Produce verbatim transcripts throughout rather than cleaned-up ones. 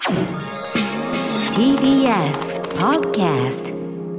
ティービーエス Podcast。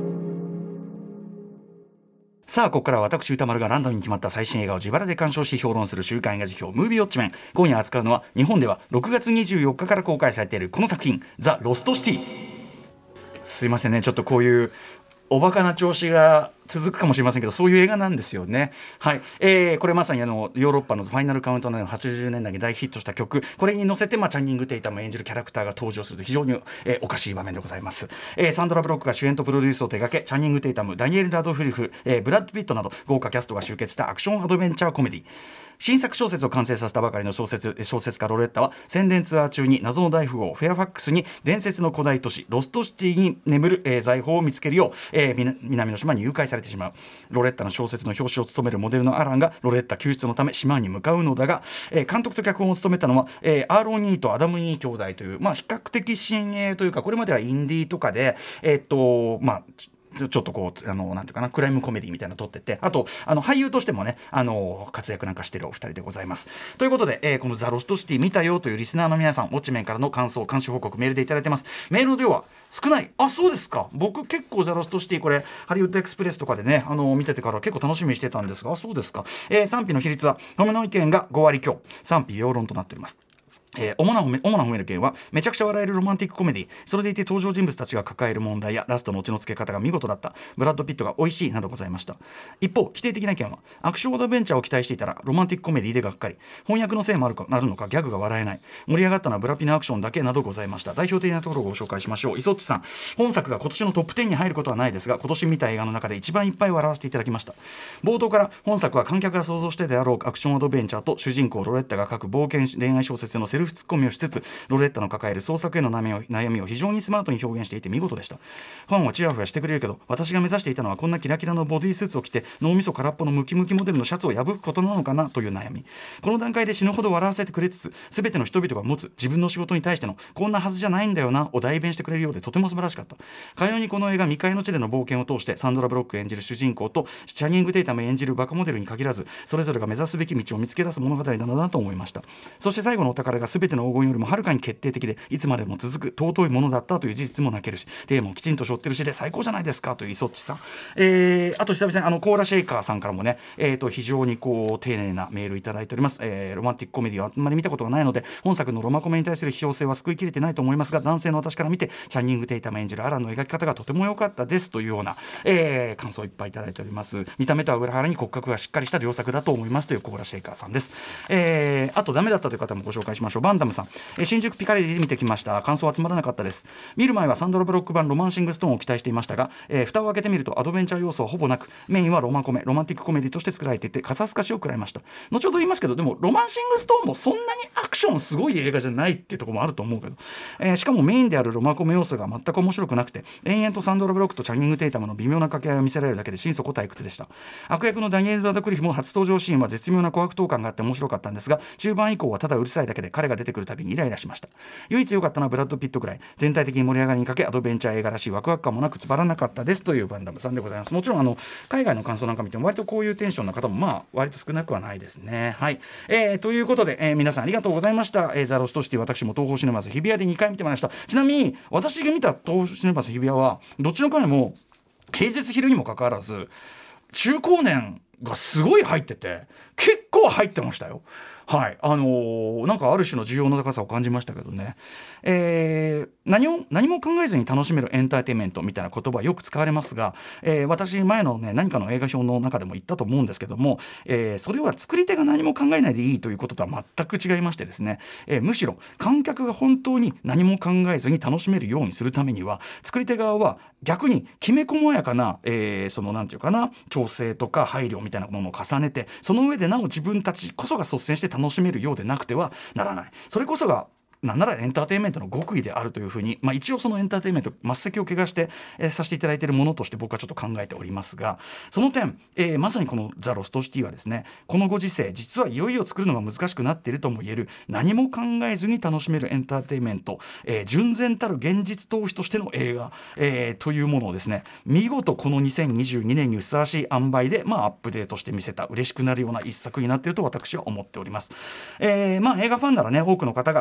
さあここからは私歌丸がランダムに決まった最新映画を自腹で鑑賞し評論する週刊映画辞表ムービーウォッチメン。今夜扱うのは日本ではろくがつにじゅうよっかから公開されているこの作品ザ・ロストシティ。すいませんね、ちょっとこういうおバカな調子が続くかもしれませんけど、そういう映画なんですよね。はい、えー、これまさにあのヨーロッパのファイナルカウントダウンのはちじゅうねんだいに大ヒットした曲、これに乗せて、まあ、チャンニング・テイタム演じるキャラクターが登場すると非常に、えー、おかしい場面でございます。えー、サンドラ・ブロックが主演とプロデュースを手掛け、チャンニング・テイタム、ダニエル・ラドフリフ、えー、ブラッド・ピットなど豪華キャストが集結したアクションアドベンチャーコメディ。新作小説を完成させたばかりの小説小説家ロレッタは宣伝ツアー中に謎の大富豪フェアファックスに伝説の古代都市ロストシティに眠る、えー、財宝を見つけるよう、えー、南の島に誘拐されてしまう。ロレッタの小説の表紙を務めるモデルのアランがロレッタ救出のため島に向かうのだが、えー、監督と脚本を務めたのは、えー、アーロン・ニーとアダム・ニー兄弟という、まあ、比較的新鋭というか、これまではインディーとかでえー、っとまあちょっとこうあのなんていうかな、クライムコメディみたいなの撮ってて、あとあの俳優としてもね、あの活躍なんかしてるお二人でございます。ということで、えー、このザ・ロストシティ見たよというリスナーの皆さん、ウォッチメンからの感想監視報告メールでいただいてます。メールの量は少ない。あ、そうですか。僕結構ザ・ロストシティこれハリウッドエクスプレスとかでね、あの見ててから結構楽しみにしてたんですが、あ、そうですか。えー、賛否の比率は褒めの意見がごわり強、賛否両論となっております。えー、主な褒め、主な褒める件はめちゃくちゃ笑えるロマンティックコメディ、それでいて登場人物たちが抱える問題やラストのオチのつけ方が見事だった、ブラッド・ピットが美味しいなどございました。一方否定的な意見はアクションアドベンチャーを期待していたらロマンティックコメディでがっかり、翻訳のせいもあるかなるのかギャグが笑えない、盛り上がったのはブラピのアクションだけなどございました。代表的なところをご紹介しましょう。イソッチさん、本作が今年のトップじゅうに入ることはないですが、今年見た映画の中で一番いっぱい笑わせていただきました。冒頭から本作は観客が想像してであろうアクションアドベンチャーと主人公ロレッタが書く冒険恋愛小説のセルフツッコミをしつつ、ロレッタの抱える創作への悩みを、悩みを非常にスマートに表現していて見事でした。ファンはチヤホヤしてくれるけど、私が目指していたのはこんなキラキラのボディスーツを着て脳みそ空っぽのムキムキモデルのシャツを破くことなのかなという悩み。この段階で死ぬほど笑わせてくれつつ、全ての人々が持つ自分の仕事に対してのこんなはずじゃないんだよなを代弁してくれるようでとても素晴らしかった。かようにこの映画未開の地での冒険を通して、サンドラ・ブロック演じる主人公とチャニング・テイタム演じるバカモデルに限らず、それぞれが目指すべき道を見つけ出す物語なのだなと思いました。そして最後のお宝が全ての黄金よりもはるかに決定的でいつまでも続く尊いものだったという事実も泣けるし、テーマをきちんと背負ってるしで最高じゃないですかというイソッチさん、えー、あと久々にあのコーラシェイカーさんからもね、えー、と非常にこう丁寧なメールいただいております。えー、ロマンティックコメディはあんまり見たことがないので本作のロマコメに対する批評性は救いきれてないと思いますが、男性の私から見てチャンニング・テイタム演じるアランの描き方がとても良かったですというような、えー、感想をいっぱいいただいております。見た目とは裏腹に骨格がしっかりした良作だと思いますというコーラシェイカーさんです。えー、あとダメだったという方もご紹介しましょう。バンダムさん、えー、新宿ピカリで見てきました。感想はつまらなかったです。見る前はサンドラ・ブロック版ロマンシングストーンを期待していましたが、えー、蓋を開けてみるとアドベンチャー要素はほぼなく、メインはロマコメロマンティックコメディとして作られていてカサスカしを食らいました。後ほど言いますけど、でもロマンシングストーンもそんなにアクションすごい映画じゃないっていうところもあると思うけど、えー、しかもメインであるロマコメ要素が全く面白くなくて、延々とサンドラ・ブロックとチャニング・テイタムの微妙な掛け合いを見せられるだけで心底退屈でした。悪役のダニエル・ラドクリフも初登場シーンは絶妙な琥珀糖感があって面白かったんですが、中盤以降はただうるさいだけで彼が出てくるたびにイライラしました。唯一良かったのはブラッド・ピットくらい、全体的に盛り上がりにかけアドベンチャー映画らしいワクワク感もなくつまらなかったですというバンダムさんでございます。もちろんあの海外の感想なんか見ても割とこういうテンションの方もまあ割と少なくはないですね。はい、えー、ということで、えー、皆さんありがとうございました。えー、ザ・ロストシティ、私も東宝シネマズ日比谷でにかい見てまいりました。ちなみに私が見た東宝シネマズ日比谷はどっちの回も平日昼にもかかわらず中高年がすごい入ってて結構入ってましたよ。はい、あのー、なんかある種の需要の高さを感じましたけどね。えー、何を何も考えずに楽しめるエンターテインメントみたいな言葉はよく使われますが、えー、私前のね何かの映画表の中でも言ったと思うんですけども、えー、それは作り手が何も考えないでいいということとは全く違いましてですね、えー、むしろ観客が本当に何も考えずに楽しめるようにするためには作り手側は逆にきめ細やかな、えー、そのなんていうかな調整とか配慮みたいなものを重ねて、その上でなお自分たちこそが率先して楽しめるようでなくてはならない。それこそがなんならエンターテインメントの極意であるというふうに、まあ、一応そのエンターテインメント末席を怪我して、えー、させていただいているものとして僕はちょっと考えておりますが、その点、えー、まさにこのザ・ロストシティはですね、このご時世実はいよいよ作るのが難しくなっているとも言える何も考えずに楽しめるエンターテインメント、えー、純然たる現実逃避としての映画、えー、というものをですね、見事このにせんにじゅうにねんにふさわしい塩梅で、まあ、アップデートして見せた嬉しくなるような一作になっていると私は思っております。えーまあ、映画ファンならね多くの方が設定を気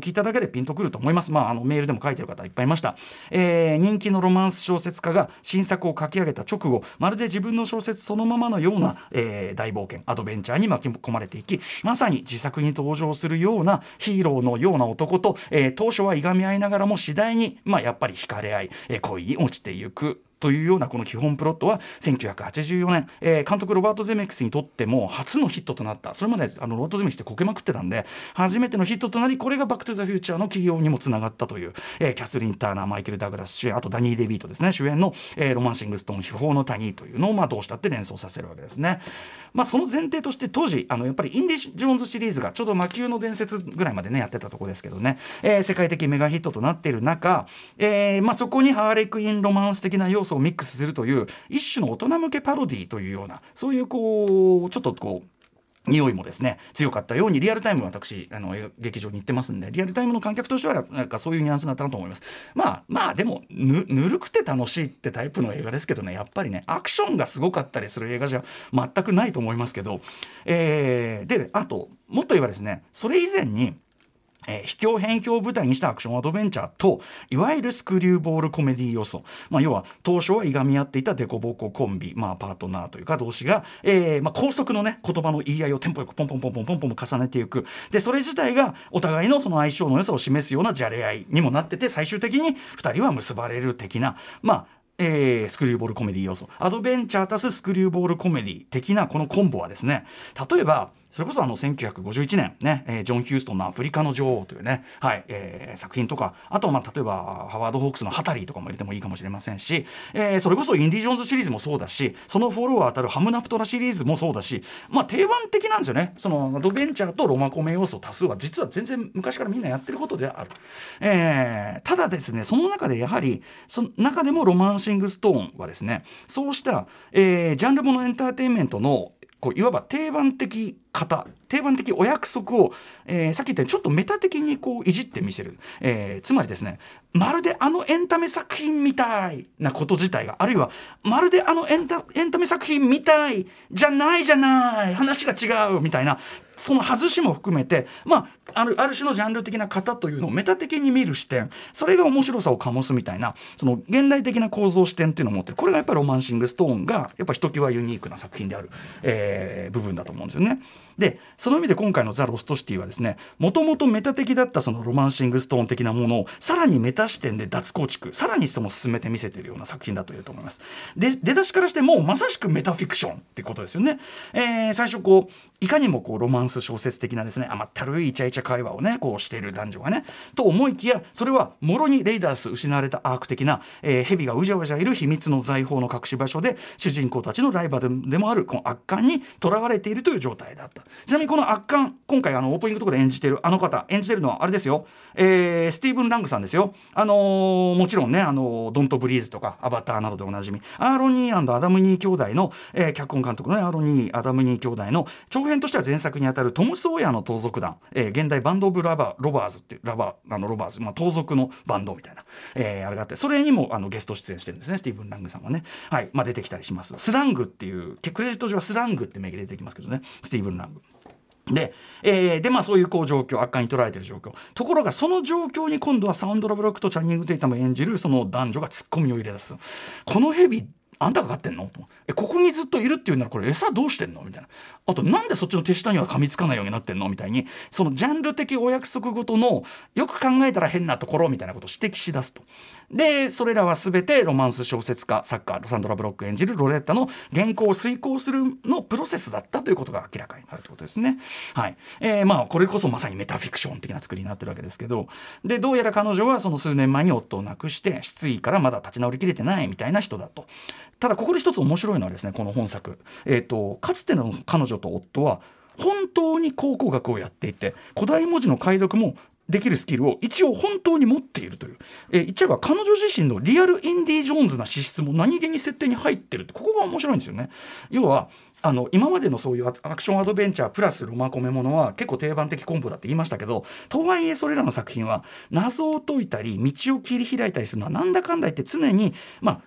聞いただけでピンとくると思います。まあ、あのメールでも書いてる方いっぱいいました。えー、人気のロマンス小説家が新作を書き上げた直後、まるで自分の小説そのままのような、えー、大冒険アドベンチャーに巻き込まれていき、まさに自作に登場するようなヒーローのような男と、えー、当初はいがみ合いながらも次第に、まあ、やっぱり惹かれ合い、えー、恋に落ちていくというようなこの基本プロットはせんきゅうひゃくはちじゅうよねん、えー、監督ロバート・ゼメックスにとっても初のヒットとなった。それまであのロバート・ゼメックスってこけまくってたんで初めてのヒットとなり、これがバック・トゥ・ザ・フューチャーの起業にもつながったという、えー、キャスリン・ターナー、マイケル・ダグラス主演、あとダニー・デビートですね主演の、えー、ロマンシング・ストーン秘宝の谷というのを、まあ、どうしたって連想させるわけですね。まあ、その前提として当時あのやっぱりインディ・ジョーンズシリーズがちょうど魔球の伝説ぐらいまでねやってたところですけどね、えー、世界的メガヒットとなっている中、えーまあ、そこにハーレクインロマンス的な要素をミックスするという一種の大人向けパロディというような、そういうこうちょっとこう匂いもですね強かったように、リアルタイム私あの劇場に行ってますんで、リアルタイムの観客としてはなんかそういうニュアンスだったなと思います。まあまあでも ぬ, ぬるくて楽しいってタイプの映画ですけどね、やっぱりねアクションがすごかったりする映画じゃ全くないと思いますけど、えー、であともっと言えばですね、それ以前にえー、秘境辺境を舞台にしたアクションアドベンチャーと、いわゆるスクリューボールコメディ要素、まあ、要は当初はいがみ合っていたデコボココンビ、まあ、パートナーというか同士が、えーまあ、高速の、ね、言葉の言い合いをテンポよくポンポンポンポンポンポン重ねていく。でそれ自体がお互いのその相性の良さを示すようなじゃれ合いにもなってて、最終的にふたりは結ばれる的な、まあえー、スクリューボールコメディ要素、アドベンチャー足すスクリューボールコメディ的なこのコンボはですね、例えばそれこそあのせんきゅうひゃくごじゅういちねんね、えー、ジョン・ヒューストンのアフリカの女王というね、はいえー、作品とか、あとはまあ例えばハワード・ホークスのハタリーとかも入れてもいいかもしれませんし、えー、それこそインディ・ジョーンズシリーズもそうだし、そのフォロワー当たるハムナプトラシリーズもそうだし、まあ定番的なんですよね。そのアドベンチャーとロマコメ要素多数は実は全然昔からみんなやってることである、えー、ただですね、その中でやはりその中でもロマンシング・ストーンはですね、そうした、えー、ジャンルものエンターテインメントのこういわば定番的型、定番的お約束を、えー、さっき言ったようにちょっとメタ的にこういじってみせる、えー、つまりですね、まるであのエンタメ作品みたいなこと自体が、あるいはまるであのエンタ、エンタメ作品みたいじゃないじゃない話が違うみたいな、その外しも含めて、まあ、ある、ある種のジャンル的な型というのをメタ的に見る視点、それが面白さを醸すみたいな、その現代的な構造視点っていうのを持ってる。これがやっぱりロマンシング・ストーンがやっぱひときわユニークな作品である、えー、部分だと思うんですよね。でその意味で今回のザ・ロストシティはですね、もともとメタ的だったそのロマンシング・ストーン的なものをさらにメタ視点で脱構築、さらにその進めて見せているような作品だと言えると思います。で出だしからしてもうまさしくメタフィクションってことですよね。えー、最初こういかにもこうロマンス小説的なですね、甘ったるいイチャイチャ会話をねこうしている男女がねと思いきや、それはもろにレイダース失われたアーク的な、えー、蛇がうじゃうじゃいる秘密の財宝の隠し場所で、主人公たちのライバルでもあるこの悪漢に囚われているという状態だった。ちなみにこの悪漢、今回あのオープニングところで演じているあの方、演じているのはあれですよ、えー、スティーブン・ラングさんですよ。あのー、もちろんね、あのー、ドント・ブリーズとかアバターなどでおなじみ、アーロン・ニー&アダム・ニー兄弟の、えー、脚本監督の、ね、アーロン・ニー・アダム・ニー兄弟の長編としては前作にあたるトム・ソーヤの盗賊団、えー、現代バンド・オブ・ラバーロバーズっていうラバーあのロバーズ、まあ、盗賊のバンドみたいな、えー、あれがあって、それにもあのゲスト出演してるんですね、スティーブン・ラングさんはね、はいまあ、出てきたりします。スラングっていうクレジット上はスラングって名義で出てきますけどね、スティーブン・ラングで、えー、でまあそういうこう状況、悪化に捉えている状況、ところがその状況に今度はサウンドラ・ブロックとチャンニング・テイタム演じるその男女がツッコミを入れ出す。このヘビあんたが飼ってんのと、えここにずっといるっていうんならこれ餌どうしてんのみたいな、あとなんでそっちの手下には噛みつかないようになってんのみたいに、そのジャンル的お約束ごとのよく考えたら変なところみたいなことを指摘し出すと。でそれらは全てロマンス小説家作家ロサンドラ・ブロック演じるロレッタの原稿を遂行するのプロセスだったということが明らかになるということですね。はい、えー、まあこれこそまさにメタフィクション的な作りになってるわけですけど、でどうやら彼女はその数年前に夫を亡くして失意からまだ立ち直りきれてないみたいな人だと。ただここで一つ面白いのはですね、この本作、えーと、かつての彼女と夫は本当に考古学をやっていて、古代文字の解読もできるスキルを一応本当に持っているという、えー、言っちゃえば彼女自身のリアルインディ・ジョーンズな資質も何気に設定に入ってるって、ここが面白いんですよね。要はあの今までのそういうアクションアドベンチャープラスロマコメものは結構定番的コンボだって言いましたけど、とはいえそれらの作品は謎を解いたり道を切り開いたりするのはなんだかんだ言って常にまあ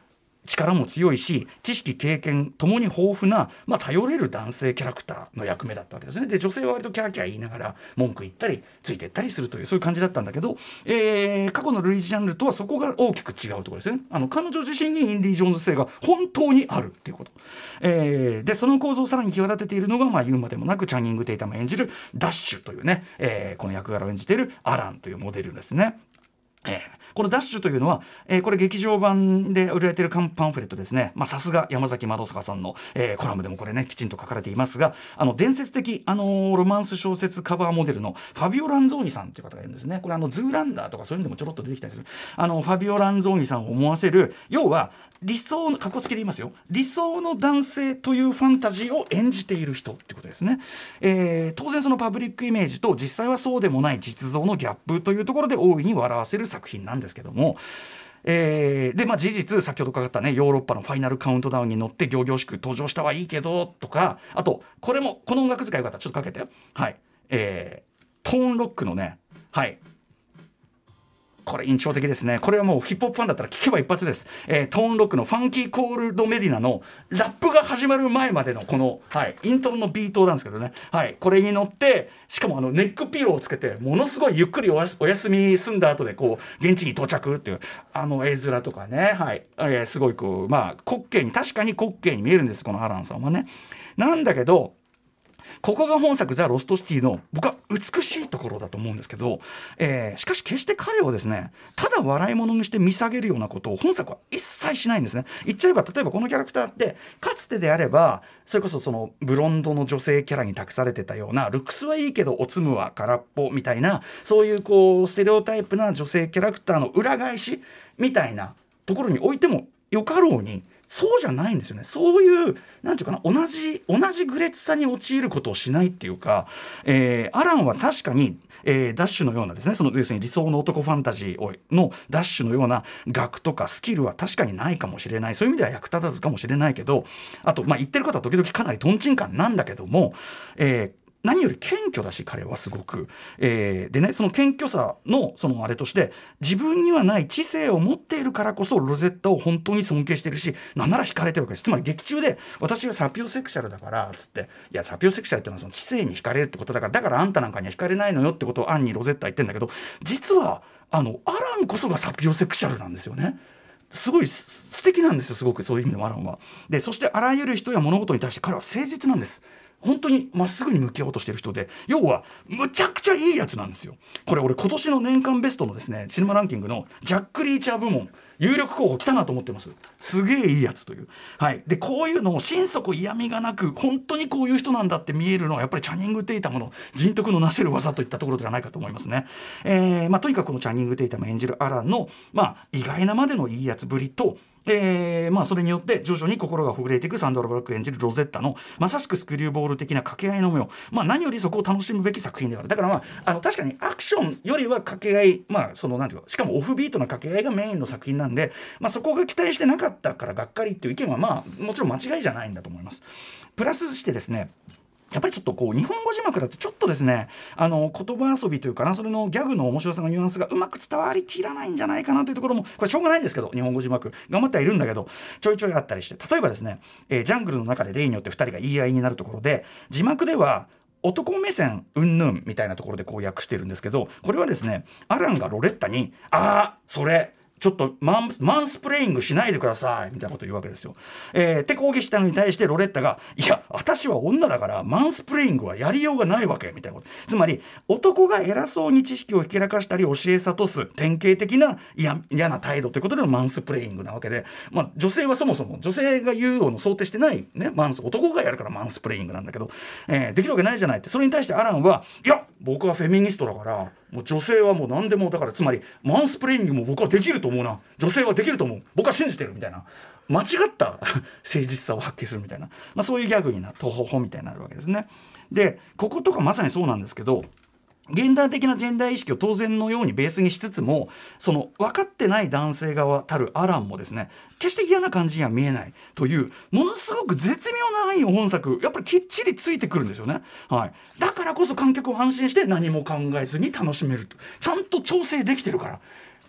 力も強いし知識経験ともに豊富な、まあ、頼れる男性キャラクターの役目だったわけですね。で女性は割とキャーキャー言いながら文句言ったりついていったりするというそういう感じだったんだけど、えー、過去の類似ジャンルとはそこが大きく違うところですね。あの彼女自身にインディ・ジョーンズ性が本当にあるっていうこと、えー、でその構造をさらに際立てているのが、まあ、言うまでもなくチャニング・テイタム演じるダッシュというね、えー、この役柄を演じているアランというモデルですね。えー、このダッシュというのは、えー、これ劇場版で売られているパンフレットですね。まあさすが山崎まどさかさんの、えー、コラムでもこれねきちんと書かれていますが、あの伝説的、あのー、ロマンス小説カバーモデルのファビオ・ランゾーニさんという方がいるんですね。これあのズーランダーとかそういうのでもちょろっと出てきたりするあのファビオ・ランゾーニさんを思わせる、要は理想の過去付きで言いますよ、理想の男性というファンタジーを演じている人ってことですね。えー、当然そのパブリックイメージと実際はそうでもない実像のギャップというところで大いに笑わせる作品なんですけども、えー、でまあ事実先ほどかかったねヨーロッパのファイナルカウントダウンに乗って仰々しく登場したはいいけどとか、あとこれもこの音楽使いよかったらちょっとかけて、はい、えー、トーンロックのね、はいこれ印象的ですね。これはもうヒップホップファンだったら聞けば一発です、えー、トーンロックのファンキーコールドメディナのラップが始まる前までのこの、はい、イントロのビートなんですけどね、はい、これに乗ってしかもあのネックピローをつけてものすごいゆっくりおやすお休み済んだ後でこう現地に到着っていうあの絵面とかね、はい、えー、すごいこうまあ滑稽に確かに滑稽に見えるんですこのアランさんはね。なんだけどここが本作ザ・ロストシティの僕は美しいところだと思うんですけど、えー、しかし決して彼をですねただ笑い物にして見下げるようなことを本作は一切しないんですね。言っちゃえば例えばこのキャラクターってかつてであればそれこそそのブロンドの女性キャラに託されてたようなルックスはいいけどおつむは空っぽみたいなそういうこうステレオタイプな女性キャラクターの裏返しみたいなところに置いてもよかろうにそうじゃないんですよね。そういうなんていうかな同じ同じ愚劣さに陥ることをしないっていうか、えー、アランは確かに、えー、ダッシュのようなですねその要するに理想の男ファンタジーのダッシュのような学とかスキルは確かにないかもしれない、そういう意味では役立たずかもしれないけど、あとまあ言ってることは時々かなりトンチンカンなんだけども、えー何より謙虚だし彼はすごく、えー、でねその謙虚さのそのあれとして自分にはない知性を持っているからこそロゼッタを本当に尊敬しているしなんなら惹かれてるわけです。つまり劇中で私がサピオセクシャルだからつっていやサピオセクシャルっていうのはその知性に惹かれるってことだからだからあんたなんかには惹かれないのよってことをアンにロゼッタは言ってんだけど実はあのアランこそがサピオセクシャルなんですよね。すごい素敵なんですよすごくそういう意味でもアランは。でそしてあらゆる人や物事に対して彼は誠実なんです。本当にまっすぐに向き合おうとしてる人で要はむちゃくちゃいいやつなんですよ。これ俺今年の年間ベストのですねシネマランキングのジャック・リーチャー部門有力候補来たなと思ってます。すげえいいやつという、はい、でこういうのを心底嫌味がなく本当にこういう人なんだって見えるのはやっぱりチャニング・テイタムの人徳のなせる技といったところじゃないかと思いますね。えーまあ、とにかくこのチャニング・テイタム演じるアランの、まあ、意外なまでのいいやつぶりとえーまあ、それによって徐々に心がほぐれていくサンドラ・ブラック演じるロゼッタのまさしくスクリューボール的な掛け合いの目を、まあ、何よりそこを楽しむべき作品である。だから、まあ、あの確かにアクションよりは掛け合い、まあ、そのなんていうかしかもオフビートな掛け合いがメインの作品なんで、まあ、そこが期待してなかったからがっかりっていう意見は、まあ、もちろん間違いじゃないんだと思います。プラスしてですねやっぱりちょっとこう日本語字幕だとちょっとですねあの言葉遊びというかなそれのギャグの面白さのニュアンスがうまく伝わりきらないんじゃないかなというところもこれしょうがないんですけど日本語字幕頑張ってはいるんだけどちょいちょいあったりして例えばですね、えー、ジャングルの中で例によってふたりが言い合いになるところで字幕では男目線うんぬんみたいなところでこう訳してるんですけどこれはですねアランがロレッタにあーそれちょっとマン、マンスプレイングしないでくださいみたいなことを言うわけですよ。えー、って抗議したのに対してロレッタがいや私は女だからマンスプレイングはやりようがないわけみたいなこと。つまり男が偉そうに知識をひけらかしたり教え諭す典型的な嫌な態度ということでのマンスプレイングなわけで、まあ、女性はそもそも女性が言うの想定してない、ね、マンス男がやるからマンスプレイングなんだけど、えー、できるわけないじゃないってそれに対してアランはいや僕はフェミニストだからもう女性はもう何でもだからつまりマンスプレイングも僕はできると思うな女性はできると思う僕は信じてるみたいな間違った誠実さを発揮するみたいな、まあ、そういうギャグになるとほほみたいになるわけですね。でこことかまさにそうなんですけど現代的なジェンダー意識を当然のようにベースにしつつもその分かってない男性側たるアランもですね決して嫌な感じには見えないというものすごく絶妙なラインを本作やっぱりきっちりついてくるんですよね、はい、だからこそ観客を安心して何も考えずに楽しめるとちゃんと調整できてるから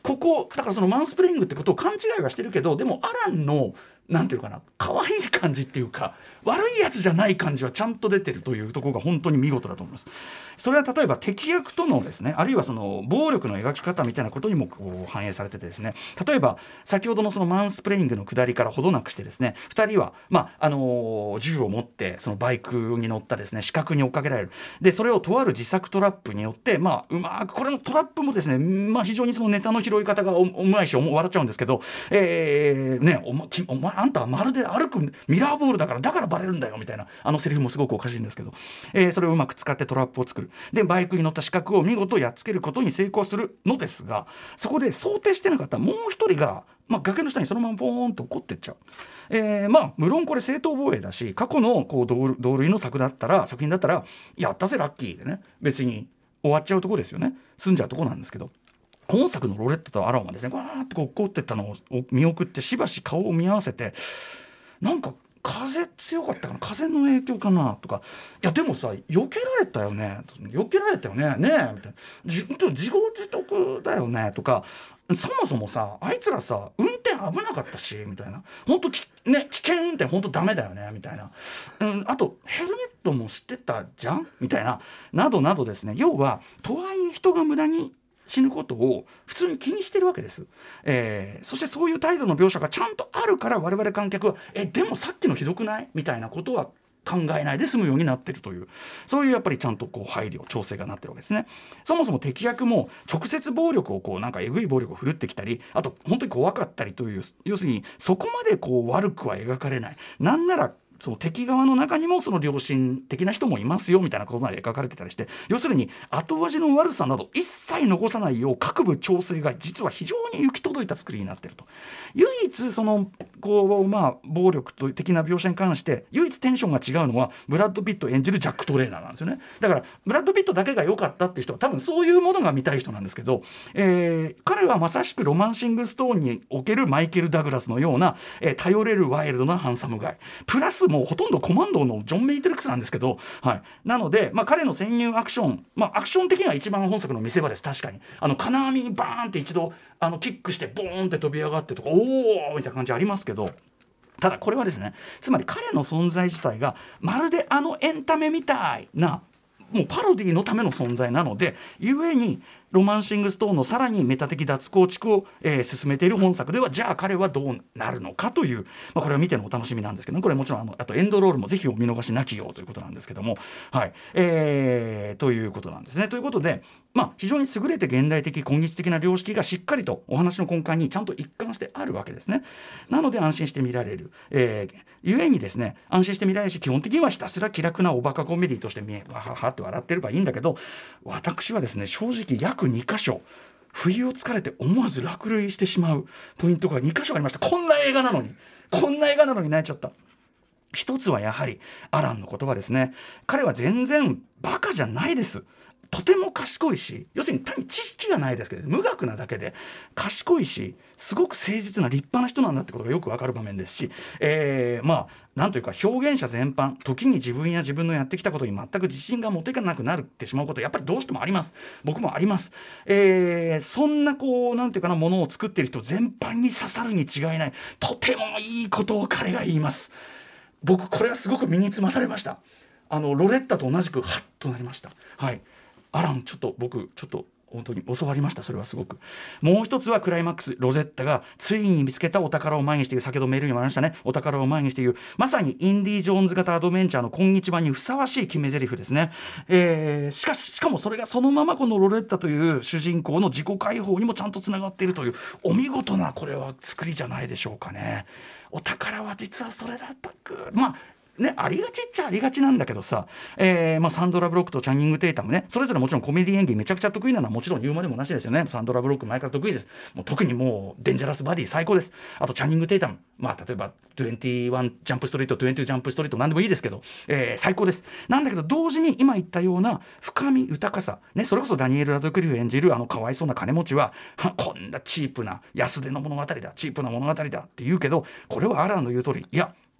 ここだからそのマンスプレイングってことを勘違いはしてるけど、でもアランのなんていうかな、可愛い感じっていうか悪いやつじゃない感じはちゃんと出てるというところが本当に見事だと思います。それは例えば敵役とのですね、あるいはその暴力の描き方みたいなことにもこう反映されててですね、例えば先ほどのそのマンスプレイングの下りからほどなくしてですね、ふたりは、まああのー銃を持ってそのバイクに乗ったですね死角に追っかけられる。でそれをとある自作トラップによって、まあ、うまくこれのトラップもですね、まあ、非常にそのネタの拾い方が お, おまいし笑っちゃうんですけど、えーね、お, ま、お前あんたはまるで歩くミラーボールだからだからバレるんだよみたいなあのセリフもすごくおかしいんですけど、えー、それをうまく使ってトラップを作る。でバイクに乗った死角を見事やっつけることに成功するのですが、そこで想定してなかったもう一人が、まあ、崖の下にそのままポーンと落っこってっちゃう。えー、まあ無論これ正当防衛だし、過去のこう 同, 同類の作だったら作品だったらやったぜラッキーでね、別に終わっちゃうとこですよね、済んじゃうとこなんですけど、今作のロレッタとアランはですねわーってこう落っこってったのを見送ってしばし顔を見合わせて、なんか風強かったかな、風の影響かなとか、いやでもさ避けられたよね避けられたよねねえみたいな、じ自業自得だよねとか、そもそもさあいつらさ運転危なかったしみたいな、本当きね危険運転本当ダメだよねみたいな、うん、あとヘルメットもしてたじゃんみたいななどなどですね、要はとはいえ人が無駄に死ぬことを普通に気にしてるわけです、えー、そしてそういう態度の描写がちゃんとあるから我々観客はえでもさっきのひどくないみたいなことは考えないで済むようになっているという、そういうやっぱりちゃんとこう配慮調整がなってるわけですね。そもそも敵役も直接暴力をこうなんかえぐい暴力を振るってきたり、あと本当に怖かったりという、要するにそこまでこう悪くは描かれない、なんならその敵側の中にもその良心的な人もいますよみたいなことまで描かれてたりして、要するに後味の悪さなど一切残さないよう各部調整が実は非常に行き届いた作りになっていると。唯一そのこうまあ暴力的な描写に関して唯一テンションが違うのはブラッド・ピット演じるジャック・トレーナーなんですよね。だからブラッド・ピットだけが良かったって人は多分そういうものが見たい人なんですけど、えー、彼はまさしくロマンシング・ストーンにおけるマイケル・ダグラスのような、えー、頼れるワイルドなハンサムガイプラスもうほとんどコマンドのジョン・メイテルクスなんですけど、はい、なので、まあ、彼の潜入アクション、まあ、アクション的には一番本作の見せ場です。確かにあの金網にバーンって一度あのキックしてボーンって飛び上がってとかおーみたいな感じありますけど、ただこれはですね、つまり彼の存在自体がまるであのエンタメみたいなもうパロディのための存在なので、ゆえにロマンシングストーンのさらにメタ的脱構築を、えー、進めている本作では、じゃあ彼はどうなるのかという、まあ、これは見てのお楽しみなんですけど、ね、これもちろんあのあとエンドロールもぜひお見逃しなきようということなんですけども、はいえー、ということなんですね。ということで、まあ、非常に優れて現代的今日的な良識がしっかりとお話の根幹にちゃんと一貫してあるわけですね。なので安心して見られる、えー、ゆえにですね安心して見られるし、基本的にはひたすら気楽なおバカコメディとして見えわははって笑ってればいいんだけど、私はですね正直約にかしょ不意をつかれて思わず落涙してしまうポイントがにかしょありました。こんな映画なのにこんな映画なのに泣いちゃった。一つはやはりアランの言葉ですね。彼は全然バカじゃないです。とても賢いし、要するに単に知識がないですけど無学なだけで賢いし、すごく誠実な立派な人なんだってことがよくわかる場面ですし、えー、まあなんというか表現者全般時に自分や自分のやってきたことに全く自信が持てなくなってしまうことやっぱりどうしてもあります。僕もあります、えー、そんなこうなんていうかなものを作っている人全般に刺さるに違いないとてもいいことを彼が言います。僕これはすごく身につまされました。あのロレッタと同じくハッとなりました。はい、アランちょっと僕ちょっと本当に教わりました。それはすごく。もう一つはクライマックス、ロゼッタがついに見つけたお宝を前にしている、先ほどメールにもありましたね、お宝を前にしているまさにインディ・ジョーンズ型アドベンチャーの今日版にふさわしい決め台詞ですね、えー、しかししかもそれがそのままこのロレッタという主人公の自己解放にもちゃんとつながっているというお見事なこれは作りじゃないでしょうかね。お宝は実はそれだったくまあね、ありがちっちゃありがちなんだけどさ、えーまあ、サンドラ・ブロックとチャンニング・テイタムね、それぞれもちろんコメディ演技めちゃくちゃ得意なのはもちろん言うまでもなしですよね。サンドラ・ブロック前から得意です。もう特にもうデンジャラス・バディ最高です。あとチャンニング・テイタム、まあ、例えばにじゅういちジャンプストリートにじゅうにジャンプストリート何でもいいですけど、えー、最高です。なんだけど同時に今言ったような深み豊かさ、ね、それこそダニエル・ラドクリフ演じるあのかわいそうな金持ちはこんなチープな安手の物語だチープな物語だって言うけど、これはアランの言う通り、いや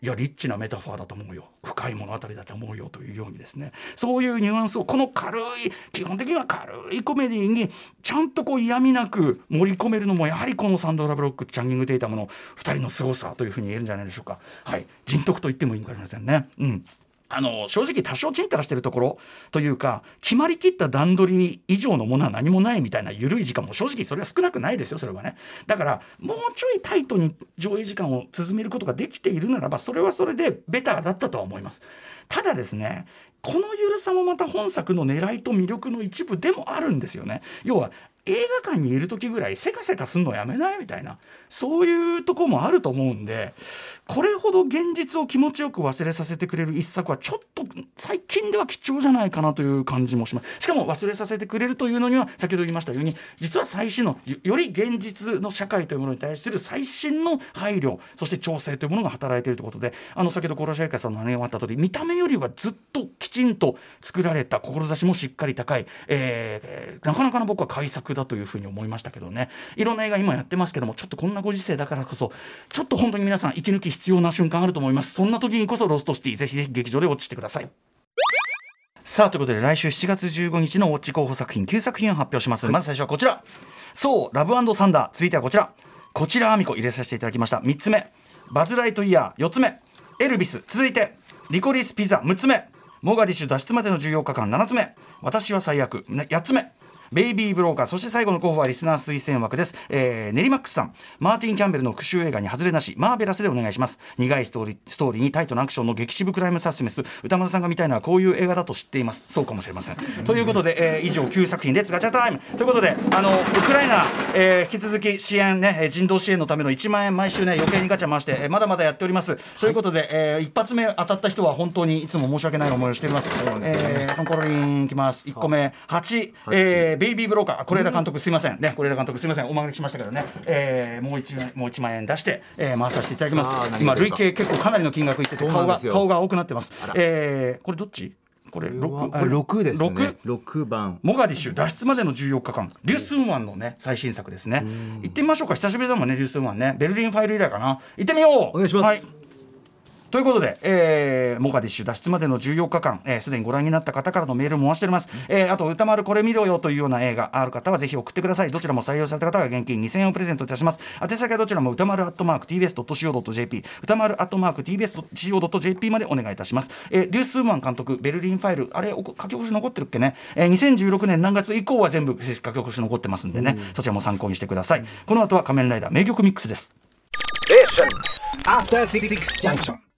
いやリッチなメタファーだと思うよ、深い物語だと思うよというようにですね、そういうニュアンスをこの軽い基本的には軽いコメディにちゃんとこう嫌味なく盛り込めるのもやはりこのサンドラ・ブロックチャンニング・テイタムのふたりの凄さというふうに言えるんじゃないでしょうか。はい、人徳と言ってもいいかもしれませんね。うんあの正直多少ちんたらしてるところというか決まりきった段取り以上のものは何もないみたいな緩い時間も正直それは少なくないですよそれはね。だからもうちょいタイトに上映時間を縮めることができているならばそれはそれでベターだったとは思います。ただですねこの緩さもまた本作の狙いと魅力の一部でもあるんですよね。要は映画館にいる時ぐらいせかせかすんのやめないみたいなそういうとこもあると思うんでこれほど現実を気持ちよく忘れさせてくれる一作はちょっと最近では貴重じゃないかなという感じもします。しかも忘れさせてくれるというのには先ほど言いましたように実は最新のより現実の社会というものに対する最新の配慮そして調整というものが働いているということであの先ほど殺し合い会さんの話があった通り見た目よりはずっときちんと作られた志もしっかり高い、えー、なかなかの僕は改作だというふうに思いましたけどね。いろんな映画今やってますけどもちょっとこんなご時世だからこそちょっと本当に皆さん息抜き必要な瞬間あると思います。そんな時にこそロストシティぜひぜひ劇場でウォッチしてください。さあということで来週しちがつじゅうごにちのウォッチ候補作品きゅうさくひんを発表します、はい、まず最初はこちらそうラブ&サンダー続いてはこちらこちらアミコ入れさせていただきました。みっつめバズ・ライトイヤーよっつめエルビス続いてリコリス・ピザむっつめモガディッシュ脱出までのじゅうよっかかんななつめ私は最悪やっつめベイビーブローカーそして最後の候補はリスナー推薦枠です、えー、ネリマックスさんマーティン・キャンベルの復讐映画に外れなしマーベラスでお願いします。苦いストーリー、ストーリーにタイトなアクションの激渋クライムサスペンス歌丸さんが見たいのはこういう映画だと知っています。そうかもしれませんということで、えー、以上きゅうさくひんレッツガチャタイムということであのウクライナ、えー、引き続き支援ね人道支援のためのいちまんえん毎週ね余計にガチャ回して、えー、まだまだやっております、はい、ということで、えー、一発目当たった人は本当にいつも申し訳ない思いをしています。えー、コンコロリンいきます。いっこめはち、えー、ベイビーブローカーこれ是枝監督すいませんね是枝監督すいませんお招きしましたけどね、えー、もういちもういちまんえん出して、えー、回させていただきます。今累計結構かなりの金額いってて顔が顔が多くなってます。えー、これどっちこれ 6, ろくですね。 6? ろくばんモガディッシュ脱出までのじゅうよっかかんリュースンワンのね最新作ですね。行ってみましょうか。久しぶりだもんねリュースンワンねベルリンファイル以来かな。行ってみようお願いします、はいということで、えー、モガディッシュ脱出までのじゅうよっかかんすで、えー、にご覧になった方からのメールも回しております、えー、あと歌丸これ見ろよというような映画ある方はぜひ送ってください。どちらも採用された方は現金にせんえんをプレゼントいたします。宛先はどちらも歌丸アットマーク ティービーエスドットシーオードットジェーピー 歌丸アットマーク ティービーエスドットシーオードットジェーピー までお願いいたします、えー、リュース・ウーマン監督ベルリンファイルあれ書き起こし残ってるっけね、えー、にせんじゅうろくねん何月以降は全部書き起こし残ってますんでね、そちらも参考にしてください。この後は仮面ライダー名曲ミックスです。 After Six Junction